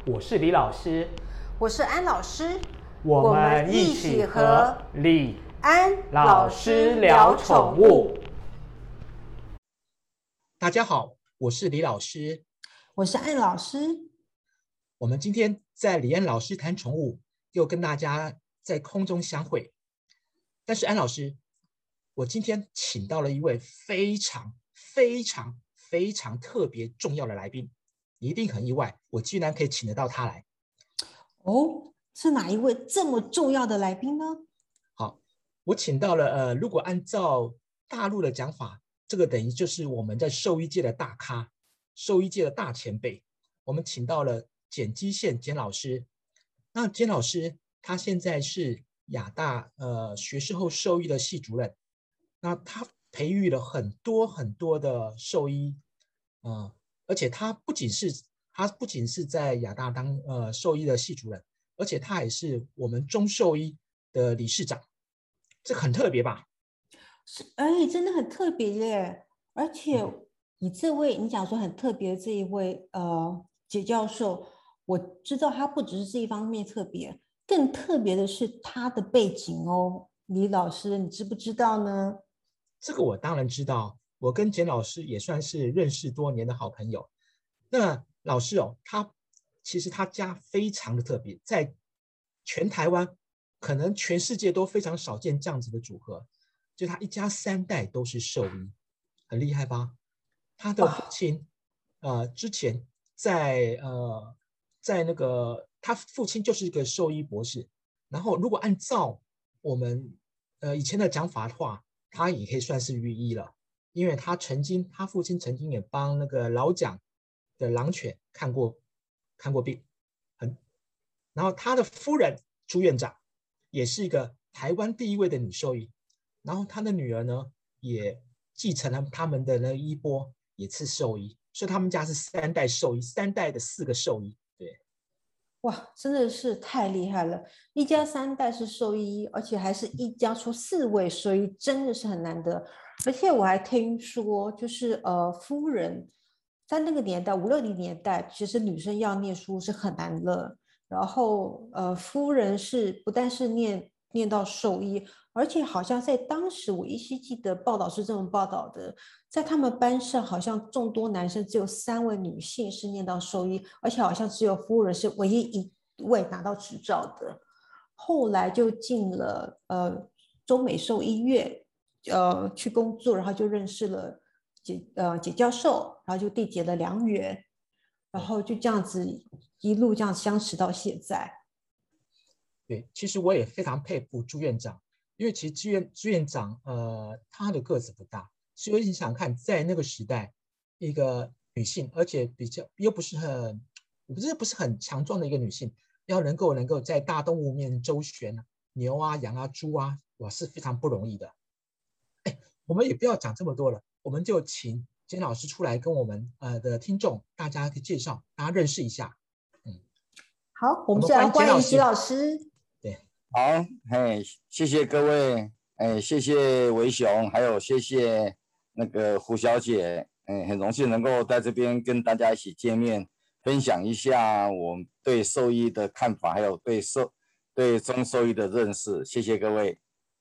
我是李老师， 我是安老师， 我们一起和李安老师聊宠物。大家好，我是李老师， 我是安老师。 我们今天在李安老师谈宠物，又跟大家在空中相会。但是安老师，我今天请到了一位非常特别重要的来宾，你一定很意外，我居然可以请得到他来。 哦，是哪一位这么重要的来宾呢？ 好，我请到了如果按照大陆的讲法，这个等于就是我们在兽医界的大咖，兽医界的大前辈。我们请到了简基宪简老师。那简老师他现在是亚大学士后兽医的系主任，那他培育了很多的兽医，而且他不仅是在亚大当兽医的系主任，而且他也是我们中兽医的理事长，这很特别吧？ 真的很特别耶！而且你讲说很特别的这一位简教授，我知道他不只是这一方面特别，更特别的是他的背景哦。李老师，你知不知道呢？ 这个我当然知道，我跟简老师也算是认识多年的好朋友。那老师哦，其实他家非常的特别，在全台湾，可能全世界都非常少见这样子的组合，就他一家3代都是兽医，很厉害吧？他的父亲，之前在那个他父亲就是一个兽医博士，然后如果按照我们以前的讲法的话，他也可以算是御医了，因为他父亲曾经也帮那个老蒋的狼犬看过病，然后他的夫人朱院长也是一个台湾第一位的女兽医，然后他的女儿呢也继承了他们的那个衣钵，也是兽医，所以他们家是3代兽医，3代的4个兽医。对， 哇，真的是太厉害了！一家3代是兽医，而且还是一家出4位兽医，真的是很难得。而且我还听说，就是夫人在那个年代，50、60年代，其实女生要念书是很难的。然后夫人不但是念到兽医，而且好像在当时我依稀记得报道是这么报道的，在他们班上好像众多男生只有3位女性是念到兽医，而且好像只有夫人是唯一一位拿到执照的。后来就进了中美兽医院去工作，然后就认识了简教授，然后就缔结了良缘，然后就这样子一路这样相持到现在。 对，其实我也非常佩服朱院长，因为其实朱院长他的个子不大，所以你想看在那个时代，一个女性，而且又不是很强壮的一个女性，要能够在大动物面周旋，牛啊、羊啊、猪啊，哇，是非常不容易的。我们也不要讲这么多了，我们就请简老师出来跟我们的听众大家介绍，大家认识一下。 好，我们现在欢迎简老师。 对， 好，谢谢各位，谢谢维雄，还有谢谢那个胡小姐，很荣幸能够在这边跟大家一起见面，分享一下我对兽医的看法，还有对中兽医的认识，谢谢各位。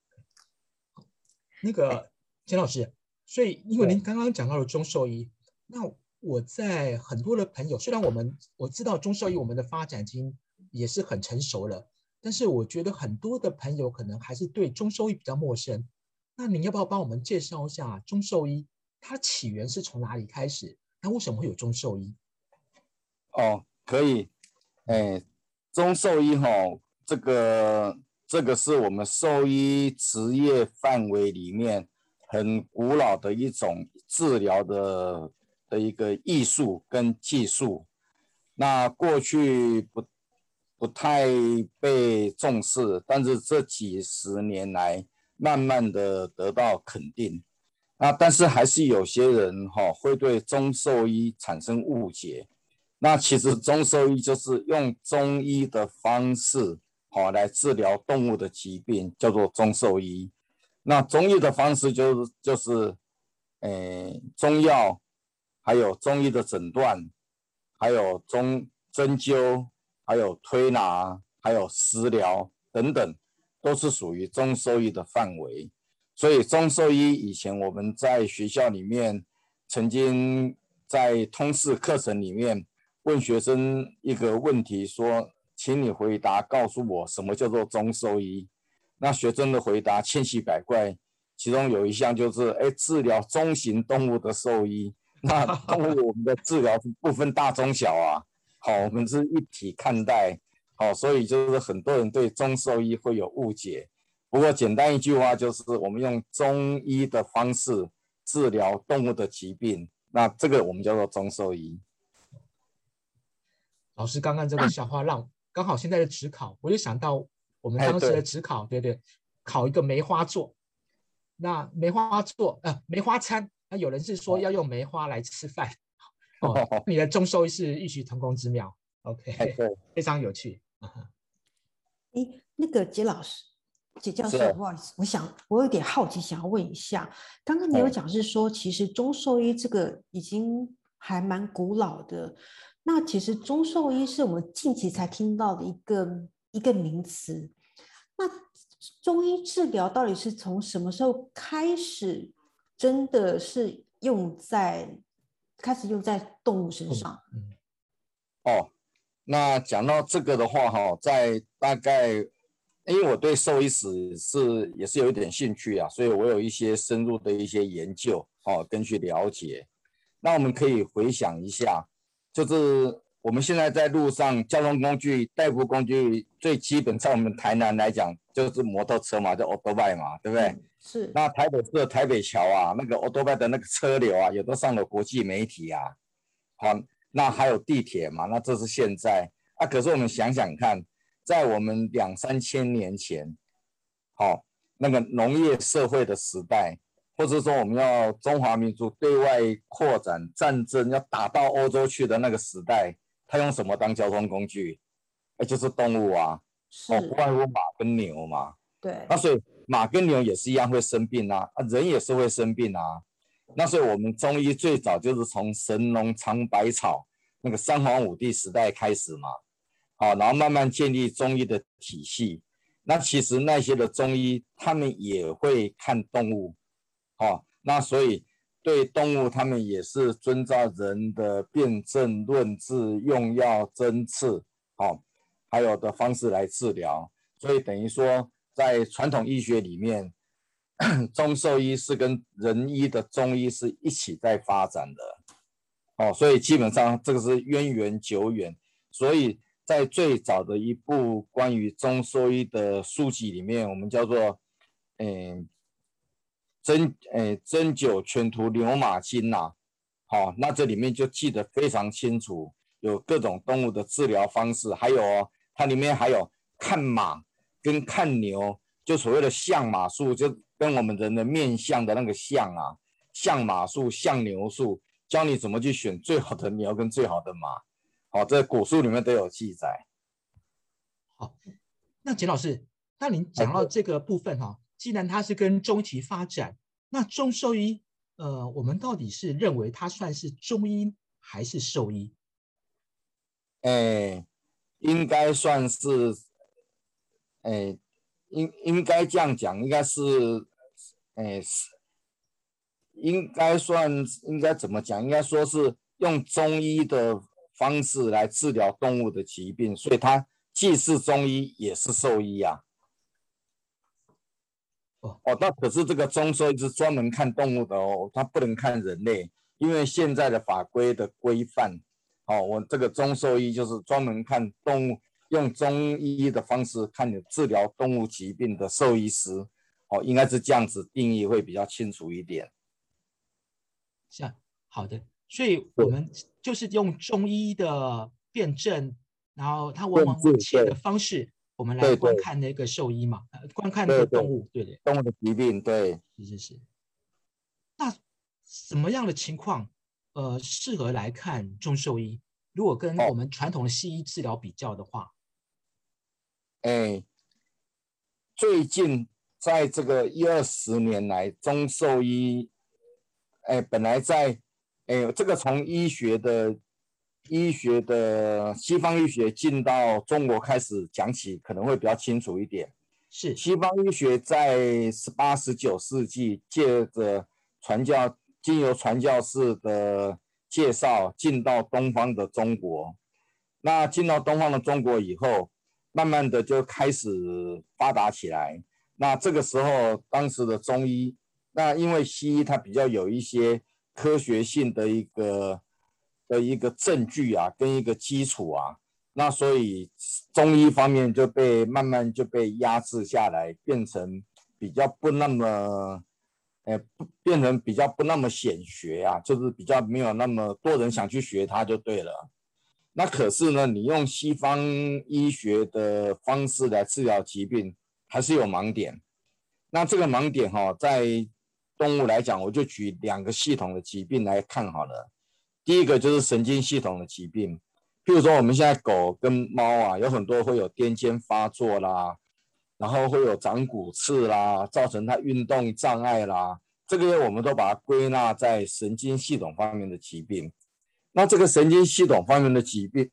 那个简老师，所以因为您刚刚讲到了中兽医，那我在很多的朋友，虽然我知道中兽医我们的发展也是很成熟了，但是我觉得很多的朋友可能还是对中兽医比较陌生。那您要不要帮我们介绍一下中兽医，它起源是从哪里开始？那为什么会有中兽医？ 哦，可以，中兽医这个是我们兽医职业范围里面很古老的一种治疗的一个艺术跟技术。那过去不太被重视，但是这几十年来慢慢的得到肯定。那但是还是有些人会对中兽医产生误解。那其实中兽医就是用中医的方式来治疗动物的疾病，叫做中兽医。那中医的方式就是中药，还有中医的诊断，还有针灸， 还有推拿，还有食疗等等，都是属于中兽医的范围。所以中兽医以前我们在学校里面曾经在通识课程里面问学生一个问题说，请你回答告诉我什么叫做中兽医。那学生的回答千奇百怪，其中有一项就是治疗中型动物的兽医。那动物我们的治疗是不分大中小啊，好，我们是一体看待，好，所以就是很多人对中兽医会有误解。不过简单一句话就是，我们用中医的方式治疗动物的疾病，那这个我们叫做中兽医。 老师刚刚这个笑话让刚好现在的指考，我就想到我们当时的指考，对对，考一个梅花座。那梅花座梅花餐，那有人是说要用梅花来吃饭，你的中兽医是异曲同工之妙。OK， 非常有趣。 那个杰老师。杰教授，不好意思，我有点好奇，想要问一下，刚刚你有讲是说，其实中兽医这个已经还蛮古老的，那其实中兽医是我们近期才听到的一个名词。那中医治疗到底是从什么时候开始，真的是开始用在动物身上？ 那讲到这个的话，在大概。因为我对兽医史也是有一点兴趣啊，所以我有一些深入的一些研究跟去了解。那我们可以回想一下，就是我们现在在路上交通工具、代步工具最基本，在我们台南来讲就是摩托车嘛，叫 Autobike 嘛，对不对？ 是。 那台北市的台北桥啊，那个 Autobike 的那个车流啊，也都上了国际媒体啊。好，那还有地铁嘛，那这是现在啊。可是我们想想看。在我们2、3千年前，那个农业社会的时代，或者说我们要中华民族对外扩展、战争要打到欧洲去的那个时代，他用什么当交通工具？就是动物啊，不外乎马跟牛嘛。 对。 那所以马跟牛也是一样会生病啊，人也是会生病啊。那所以我们中医最早就是从神农尝百草那个三皇五帝时代开始嘛。然后慢慢建立中医的体系。那其实那些的中医他们也会看动物，那所以对动物他们也是遵照人的辨证论治、用药针刺，还有的方式来治疗。所以等于说在传统医学里面，中兽医是跟人医的中医是一起在发展的，所以基本上这个是渊源久远。所以在最早的一部关于中兽医的书籍里面，我们叫做针灸全图牛马经呐，那这里面就记得非常清楚，有各种动物的治疗方式，还有它里面还有看马跟看牛，就所谓的相马术，就跟我们人的面相的那个相啊，相马术、相牛术，教你怎么去选最好的牛跟最好的马。这古书里面都有记载。 好，那简老师，那您讲到这个部分既然它是跟中医发展，那中兽医，我们到底是认为它算是中医还是兽医？ 应该算是，应该这样讲，应该是，应该怎么讲？应该说是用中医的方式来治疗动物的疾病，所以它既是中医也是兽医啊。那可是这个中兽医是专门看动物的它不能看人类，因为现在的法规的规范，我这个中兽医就是专门看动物，用中医的方式看你治疗动物疾病的兽医师，应该是这样子定义会比较清楚一点。 是啊，好的，所以我们就是用中医的辨证，然后它往往会切的方式，我们来观看那个兽医嘛，观看那个动物，对的， 动物的疾病，对， 是。那什么样的情况，适合来看中兽医？如果跟我们传统的西医治疗比较的话， 最近在这个10-20年来，中兽医，本来在，这个从医学的医学的西方医学进到中国开始讲起，可能会比较清楚一点。 是西方医学在18、19世纪借着经由传教士的介绍进到东方的中国。那进到东方的中国以后，慢慢的就开始发达起来。那这个时候，当时的中医，那因为西医它比较有一些科学性的一个证据啊，跟一个基础啊，那所以中医方面就慢慢就被压制下来，变成比较不那么，变成比较不那么显学啊，就是比较没有那么多人想去学它就对了。那可是呢，你用西方医学的方式来治疗疾病，还是有盲点。那这个盲点在动物来讲，我就举2个系统的疾病来看好了。第一个就是神经系统的疾病，譬如说我们现在狗跟猫啊，有很多会有癫痫发作啦，然后会有长骨刺啦，造成它运动障碍啦，这个我们都把它归纳在神经系统方面的疾病。那这个神经系统方面的疾病，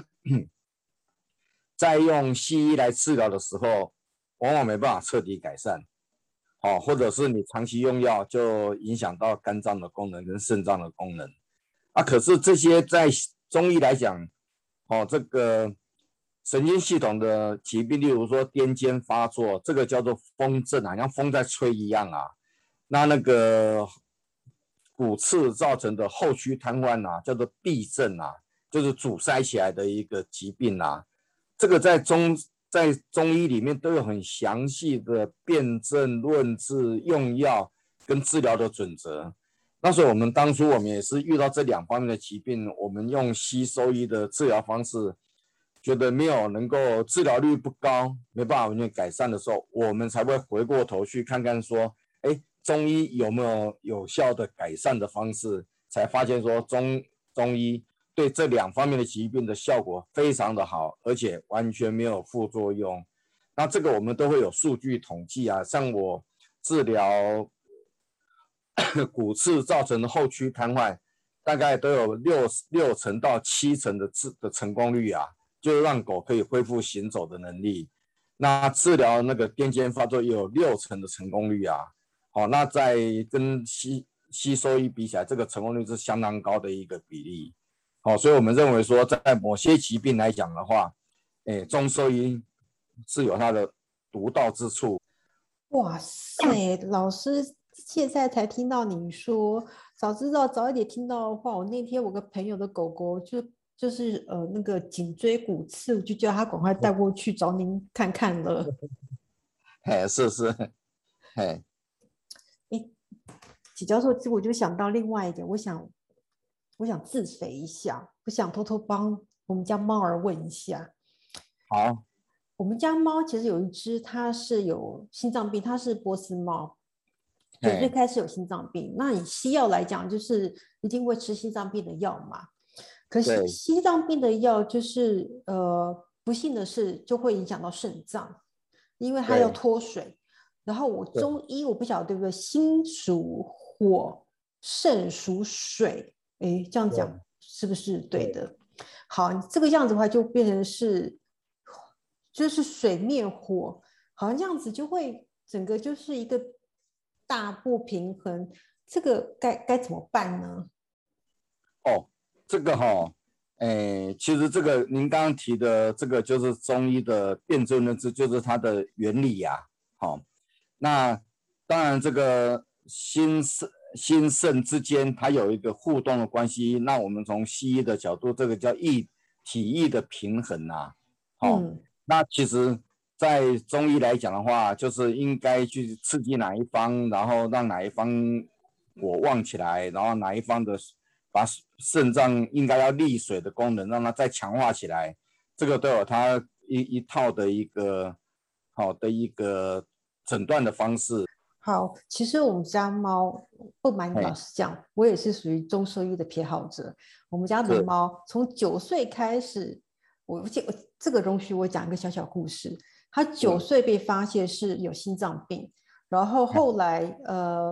在用西医来治疗的时候，往往没办法彻底改善，或者是你长期用药就影响到肝脏的功能跟肾脏的功能。可是这些在中医来讲，这个神经系统的疾病，例如说癫痫发作，这个叫做风症啊，像风在吹一样啊。那个骨刺造成的后区瘫痪啊，叫做痹症啊，就是阻塞起来的一个疾病啊。这个在中医里面都有很详细的辨证论治、用药跟治疗的准则。那所以我们当初也是遇到这2方面的疾病，我们用西兽医的治疗方式，觉得没有能够治疗率不高，没办法完全改善的时候，我们才会回过头去看看说，中医有没有有效的改善的方式，才发现说中医对这2方面的疾病的效果非常的好，而且完全没有副作用。那这个我们都会有数据统计啊，像我治疗骨刺造成的后区瘫痪，大概都有6成到7成的成功率啊，就让狗可以恢复行走的能力。那治疗那个癫痫发作也有6成的成功率啊。那在跟西兽医比起来，这个成功率是相当高的一个比例。所以我们认为说，在某些疾病来讲的话，中兽医是有它的独到之处。 哇塞，老师现在才听到你说，早知道早一点听到的话，我那天我个朋友的狗狗就是那个颈椎骨刺，我就叫他赶快带过去找您看看了。 是， 许教授，我就想到另外一点，我想自肥一下，我想偷偷帮我们家猫儿问一下。 好， 我们家猫其实有一只，它是有心脏病，它是波斯猫，9岁开始有心脏病。那以西药来讲，就是一定会吃心脏病的药嘛。可是心脏病的药就是不幸的是就会影响到肾脏，因为它要脱水。然后我中医我不晓得对不对，心属火，肾属水，这样讲是不是对的？好，这个样子的话就变成就是水灭火，好像这样子就会整个就是一个大不平衡，这个该怎么办呢？ 这个其实这个您刚刚提的这个就是中医的辩证论治，就是它的原理呀。那当然这个心肾之间它有一个互动的关系，那我们从西医的角度，这个叫体液的平衡啊。那其实在中医来讲的话，就是应该去刺激哪一方，然后让哪一方火旺起来，然后哪一方的把肾脏应该要利水的功能让它再强化起来，这个都有它一套的一个好的一个诊断的方式。 好，其实我们家猫，不瞒老师讲，我也是属于中兽医的偏好者。我们家的猫从9岁开始，这个容许我讲一个小小故事。它9岁被发现是有心脏病，然后后来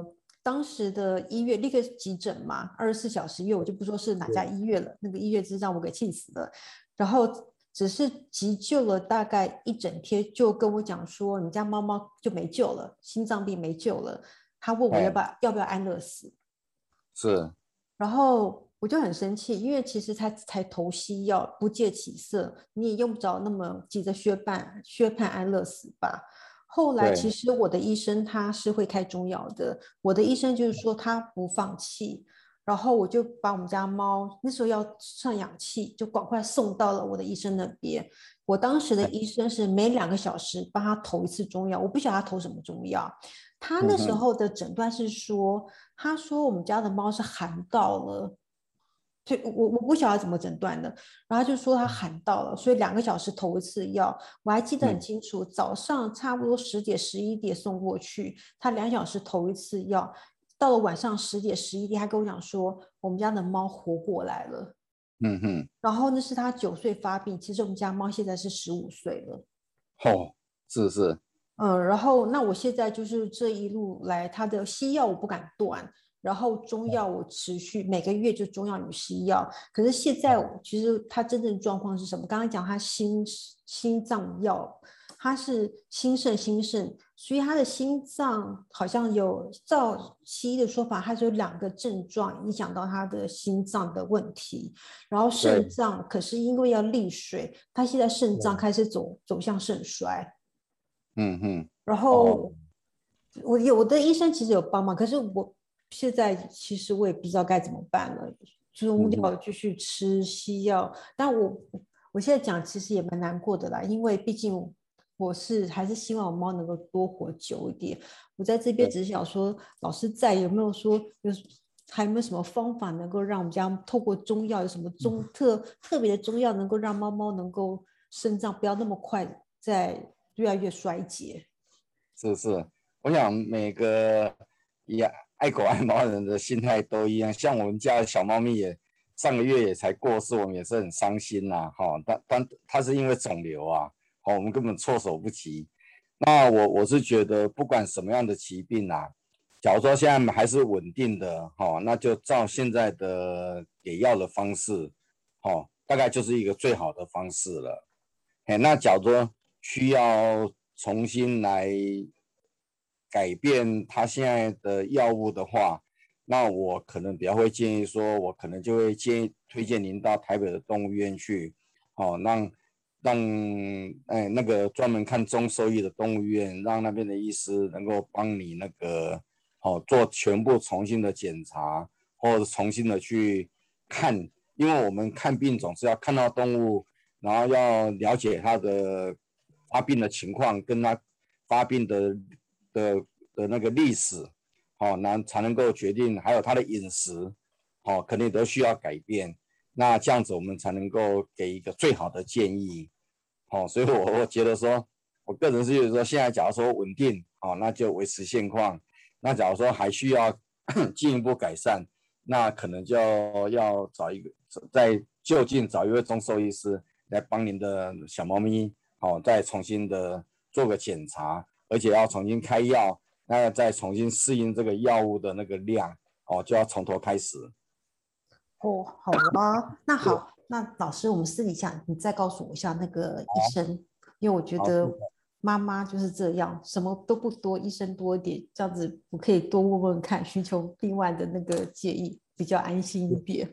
当时的医院立刻急诊嘛，24小时医院，我就不说是哪家医院了，那个医院真让我给气死了。然后只是急救了大概一整天，就跟我讲说，你家猫猫就没救了，心脏病没救了。他问我要不要安乐死， 是， 然后我就很生气，因为其实他才头西药，不戒起色，你也用不着那么急着削判安乐死吧。后来其实我的医生他是会开中药的，我的医生就是说他不放弃，然后我就把我们家猫那时候要上氧气，就赶快送到了我的医生那边。我当时的医生是每2个小时帮他投一次中药，我不晓得他投什么中药。他那时候的诊断是说，他说我们家的猫是寒到了，所以我不晓得怎么诊断的，然后他就说他寒到了，所以2个小时投一次药。我还记得很清楚，早上差不多10点11点送过去，他2小时投一次药，到了晚上10点11点，他跟我讲说我们家的猫活过来了。然后那是他9岁发病，其实我们家猫现在是15岁了。 是。 然后那我现在就是这一路来，他的西药我不敢断，然后中药我持续每个月就中药与西药。可是现在其实他真正状况是什么？刚刚讲他心脏药，他是心肾，所以他的心脏好像有照西医的说法，他是有2个症状影响到他的心脏的问题。然后肾脏可是因为要利水，他现在肾脏开始走向肾衰。然后我的医生其实有帮忙，可是我现在其实我也不知道该怎么办了，中药继续吃西药，但我现在讲其实也蛮难过的啦，因为毕竟我还是希望我猫能够多活久一点。我在这边只是想说，老师在有没有说还有没有什么方法能够让我们家透过中药有什么特别的中药能够让猫猫能够肾脏不要那么快再越来越衰竭？ 是，我想每个也爱狗爱猫人的心态都一样。像我们家的小猫咪上个月也才过世，我们也是很伤心呐。但它是因为肿瘤啊，我们根本措手不及。那我是觉得不管什么样的疾病啊，假如说现在还是稳定的，那就照现在的给药的方式，大概就是一个最好的方式了。那假如说需要重新来改变他现在的药物的话，那我可能比较会建议说，我可能就会推荐您到台北的动物医院去，让那个专门看中兽医的动物医院，让那边的医师能够帮你那个做全部重新的检查，或者重新的去看，因为我们看病总是要看到动物，然后要了解它的发病的情况，跟它发病的那个历史，那才能够决定，还有它的饮食，肯定都需要改变。那这样子我们才能够给一个最好的建议。所以我觉得说，我个人是觉得说，现在假如说稳定，那就维持现况。那假如说还需要进一步改善，那可能就要再就近找一位中兽医师来帮您的小猫咪，再重新的做个检查，而且要重新开药，那再重新适应这个药物的那个量，就要从头开始。 好啊，那好，那老师，我们私底下你再告诉我一下那个医生，因为我觉得妈妈就是这样，什么都不多，医生多一点，这样子我可以多问问看，寻求另外的那个建议，比较安心一点。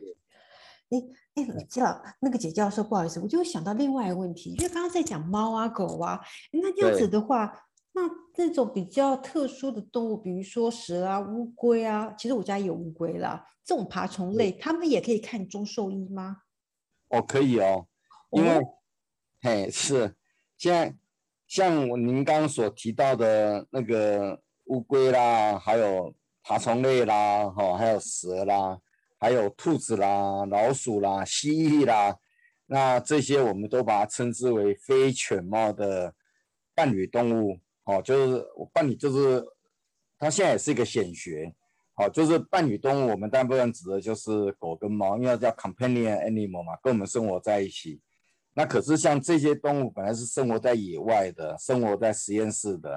那个简教授，不好意思，我就想到另外一个问题，因为刚刚在讲猫啊、狗啊，那这样子的话，那种比较特殊的动物，比如说蛇啊、乌龟啊，其实我家也有乌龟啦，这种爬虫类，他们也可以看中兽医吗？ 可以哦，因为是现在像您刚刚所提到的那个乌龟啦，还有爬虫类啦，还有蛇啦，还有兔子啦、老鼠啦、蜥蜴啦，那这些我们都把它称之为非犬猫的伴侣动物。就是伴侣，就是它现在也是一个显学。就是伴侣动物，我们大部分指的就是狗跟猫，因为叫 companion animal 嘛，跟我们生活在一起。那可是像这些动物本来是生活在野外的，生活在实验室的，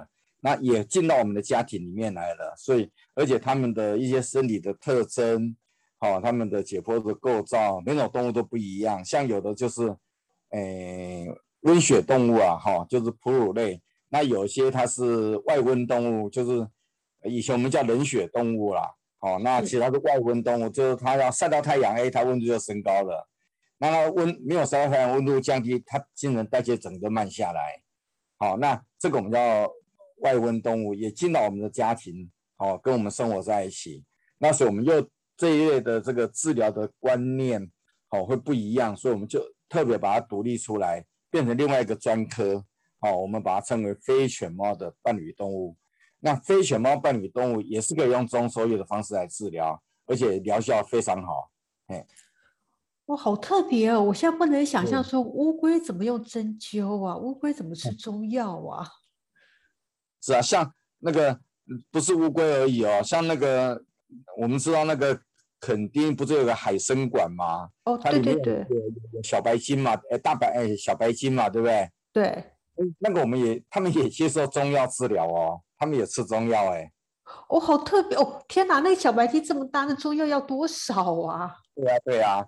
那也进到我们的家庭里面来了。所以而且他们的一些生理的特征，他们的解剖的构造，每种动物都不一样。像有的就是温血动物啊，就是哺乳类。那有些它是外温动物，就是以前我们叫冷血动物啦。那其他的外温动物，就是它要晒到太阳，它温度就升高了。那它没有晒到太阳，温度降低，它新陈代谢整个慢下来。那这个我们叫外温动物，也进到我们的家庭，跟我们生活在一起。那所以我们又这一类的这个治疗的观念，会不一样，所以我们就特别把它独立出来，变成另外一个专科。我们把它称为非犬猫的伴侣动物。那非犬猫伴侣动物也是可以用中兽医的方式来治疗，而且疗效非常好。 哇，好特别哦！我现在不能想象说乌龟怎么用针灸啊，乌龟怎么吃中药啊？ 是啊，像那个不是乌龟而已哦，像那个我们知道那个垦丁不是有个海参馆吗？它里面有小白鲸嘛，小白鲸嘛，对不对？ 对。 那个他们也接受中药治疗哦，他们也吃中药好特别哦！天哪，那个小白鲸这么大，那中药要多少啊？ 对啊，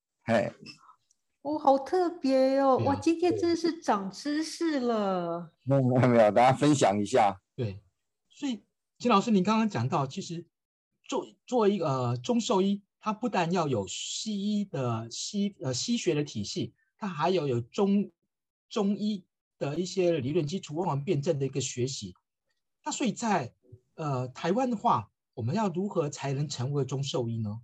好特别哦！哇，今天真是长知识了。 没有，大家分享一下。 对，所以金老师，您刚刚讲到，其实作为一个中兽医，他不但要有西医的西学的体系，他还有中医的一些理论基础，望闻辩证的一个学习。那所以在台湾的话，我们要如何才能成为中兽医呢？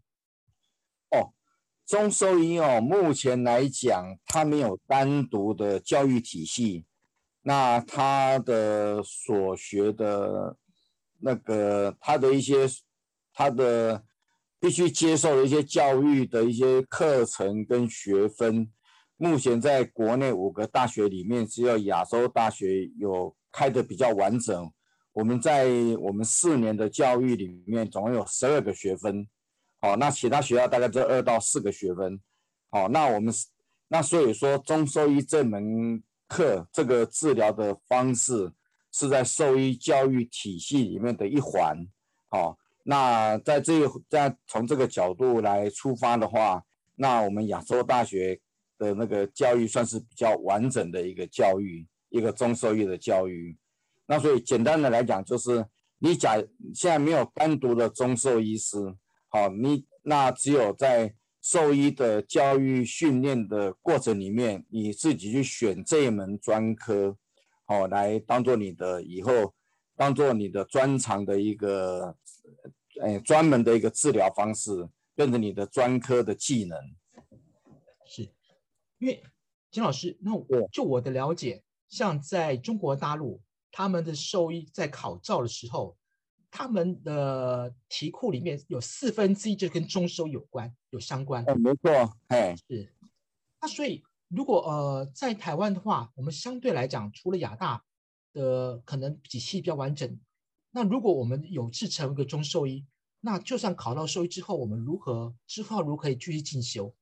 中兽医目前来讲，它没有单独的教育体系，那他的所学的那个他的必须接受的一些教育的一些课程跟学分，目前在国内5个大学里面，只有亚洲大学有开的比较完整。我们4年的教育里面，总共有12个学分。那其他学校大概就2到4个学分。那所以说中兽医这门课，这个治疗的方式是在兽医教育体系里面的一环。那从这个角度来出发的话，那我们亚洲大学的那个教育算是比较完整的一个教育，一个中兽医的教育。那所以简单的来讲，就是现在没有单独的中兽医师，那只有在兽医的教育训练的过程里面，你自己去选这一门专科，来当做你的以后当做你的专长的一个专门的一个治疗方式，变成你的专科的技能。 是因为金老师，那就我的了解，像在中国大陆，他们的兽医在考照的时候，他们的题库里面有1/4就跟中兽有相关。 没错， 是。那所以如果在台湾的话，我们相对来讲，除了亚大的可能体系比较完整，那如果我们有志成为一个中兽医，那就算考到兽医之后，我们之后如何可以继续进修？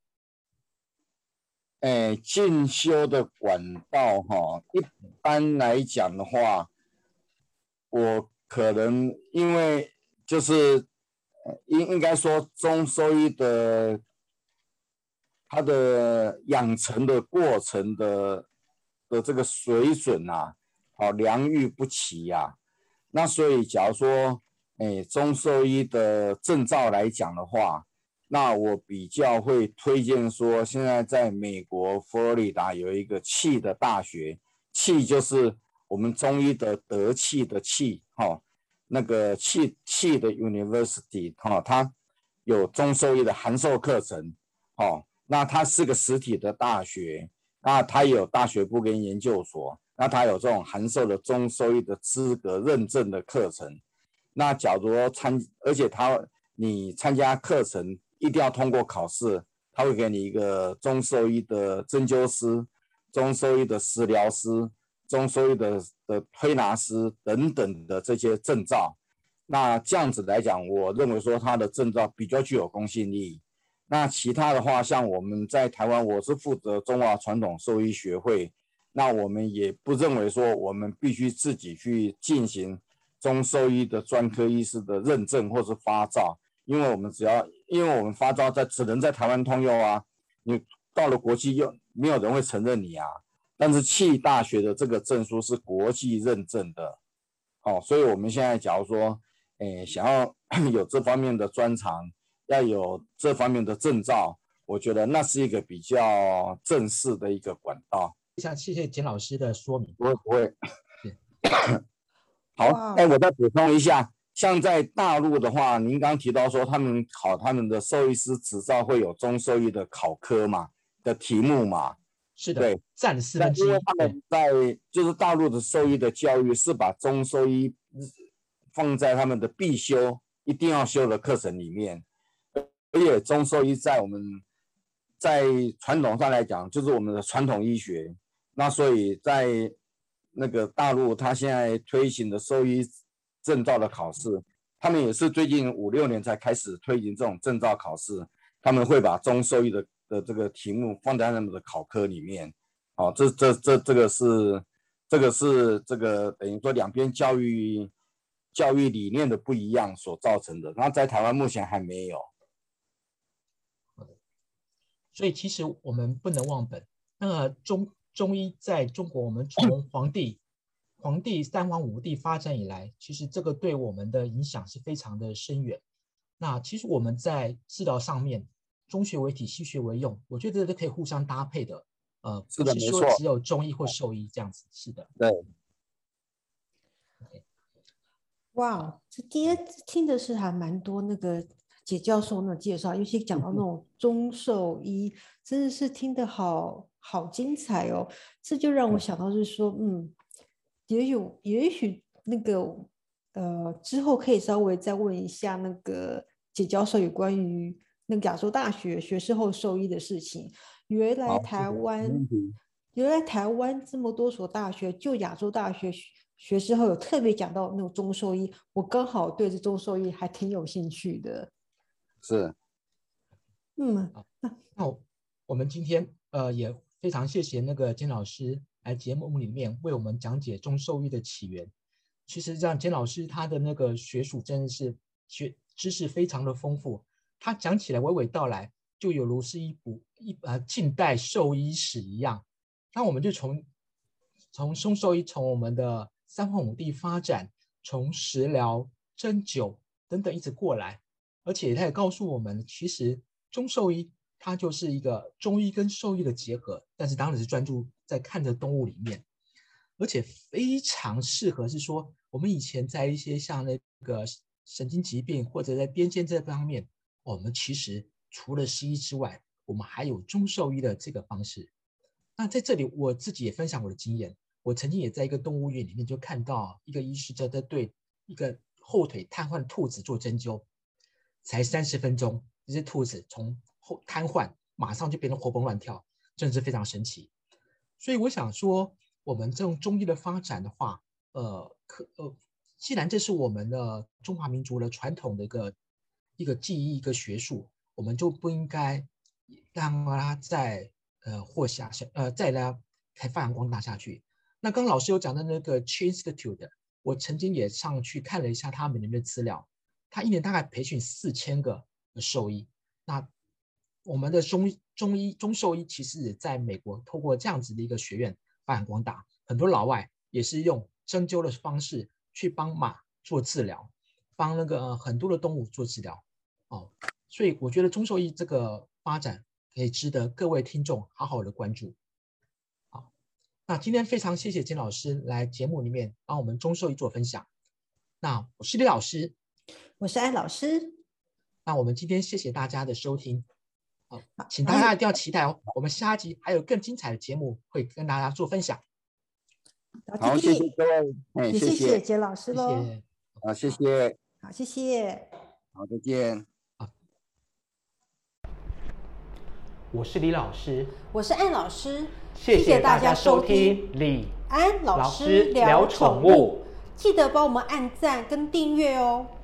进修的管道一般来讲的话，我可能因为就是应该说中兽医的它的养成的过程的这个水准良莠不齐那所以假如说中兽医的证照来讲的话，那我比较会推荐说，现在在美国佛罗里达有一个气的大学，气就是我们中医的德气的气，那个气的 University，它有中兽医的函授课程，那它是个实体的大学，那它也有大学部跟研究所，那它有这种函授的中兽医的资格认证的课程。那假如而且你参加课程一定要通过考试，他会给你一个中兽医的针灸师、中兽医的食疗师、中兽医的推拿师等等的这些证照。那这样子来讲，我认为说他的证照比较具有公信力。那其他的话，像我们在台湾，我是负责中华传统兽医学会， 那我们也不认为说我们必须自己去进行中兽医的专科医师的认证或是发照，因为我们发照只能在台湾通用啊，你到了国际又没有人会承认你啊。但是企大学的这个证书是国际认证的，所以我们现在假如说，想要有这方面的专长，要有这方面的证照，我觉得那是一个比较正式的一个管道。 谢谢简老师的说明。 不会。好，我再补充一下，像在大陆的话，您刚刚提到说他们考他们的兽医师执照会有中兽医的考科嘛的题目嘛？ 是的， 对， 占了1/4。 因为他们就是大陆的兽医的教育是把中兽医放在他们的必修、一定要修的课程里面，而且中兽医在传统上来讲，就是我们的传统医学。那所以在那个大陆，他现在推行的兽医证照的考试，他们也是最近5、6年才开始推行这种证照考试，他们会把中兽医的这个题目放在他们的考科里面。这个是等于说两边教育理念的不一样所造成的，然后在台湾目前还没有。 所以其实我们不能忘本。那中医在中国，我们从黄帝3皇5帝发展以来，其实这个对我们的影响是非常的深远。那其实我们在治疗上面，中学为体，西学为用，我觉得这可以互相搭配的。 是的， 不是说只有中医或兽医这样子。是的， 对。 哇，这今天听的是还蛮多那个简教授那介绍，尤其讲到那种中兽医，真的是听得好精彩哦。这就让我想到是说，也许那个之后可以稍微再问一下那个简教授有关于那个亚洲大学学士后兽医的事情。原来台湾这么多所大学，就亚洲大学学士后有特别讲到那种中兽医，我刚好对这中兽医还挺有兴趣的。 是， 那我们今天也非常谢谢那个简老师来节目里面为我们讲解中兽医的起源。其实这样，简老师他的那个学术真的是知识非常的丰富，他讲起来娓娓道来，就有如是近代兽医史一样。那我们就从中兽医从我们的3皇5帝发展，从食疗、针灸等等一直过来，而且他也告诉我们，其实中兽医它就是一个中医跟兽医的结合，但是当然是专注在看着动物里面，而且非常适合是说我们以前在一些像那个神经疾病或者在癫痫这方面，我们其实除了西医之外，我们还有中兽医的这个方式。那在这里我自己也分享我的经验，我曾经也在一个动物园里面就看到一个医师在对一个后腿瘫痪的兔子做针灸，才30分钟，这只兔子从瘫痪马上就变成活蹦乱跳，真的是非常神奇。所以我想说，我们这种中医的发展的话，既然这是我们的中华民族的传统的一个技艺一个学术，我们就不应该让它再让它发扬光大下去。那刚刚老师有讲的那个 Chi Institute， 我曾经也上去看了一下他们里面的资料，他1年大概培训4000个兽医。那我们的中兽医其实也在美国透过这样子的一个学院发扬光大，很多老外也是用针灸的方式去帮马做治疗，帮那个很多的动物做治疗。所以我觉得中兽医这个发展可以值得各位听众好好的关注。好，那今天非常谢谢简老师来节目里面帮我们中兽医做分享。那我是李老师， 我是安老师。 那我们今天谢谢大家的收听。请大家一定要期待哦，我们下一集还有更精彩的节目会跟大家做分享。 好，谢谢各位， 也谢谢简老师喽。 好，谢谢。 好，谢谢。 好，再见。 我是李老师， 我是安老师， 谢谢大家收听李安老师聊宠物，记得帮我们按赞跟订阅哦。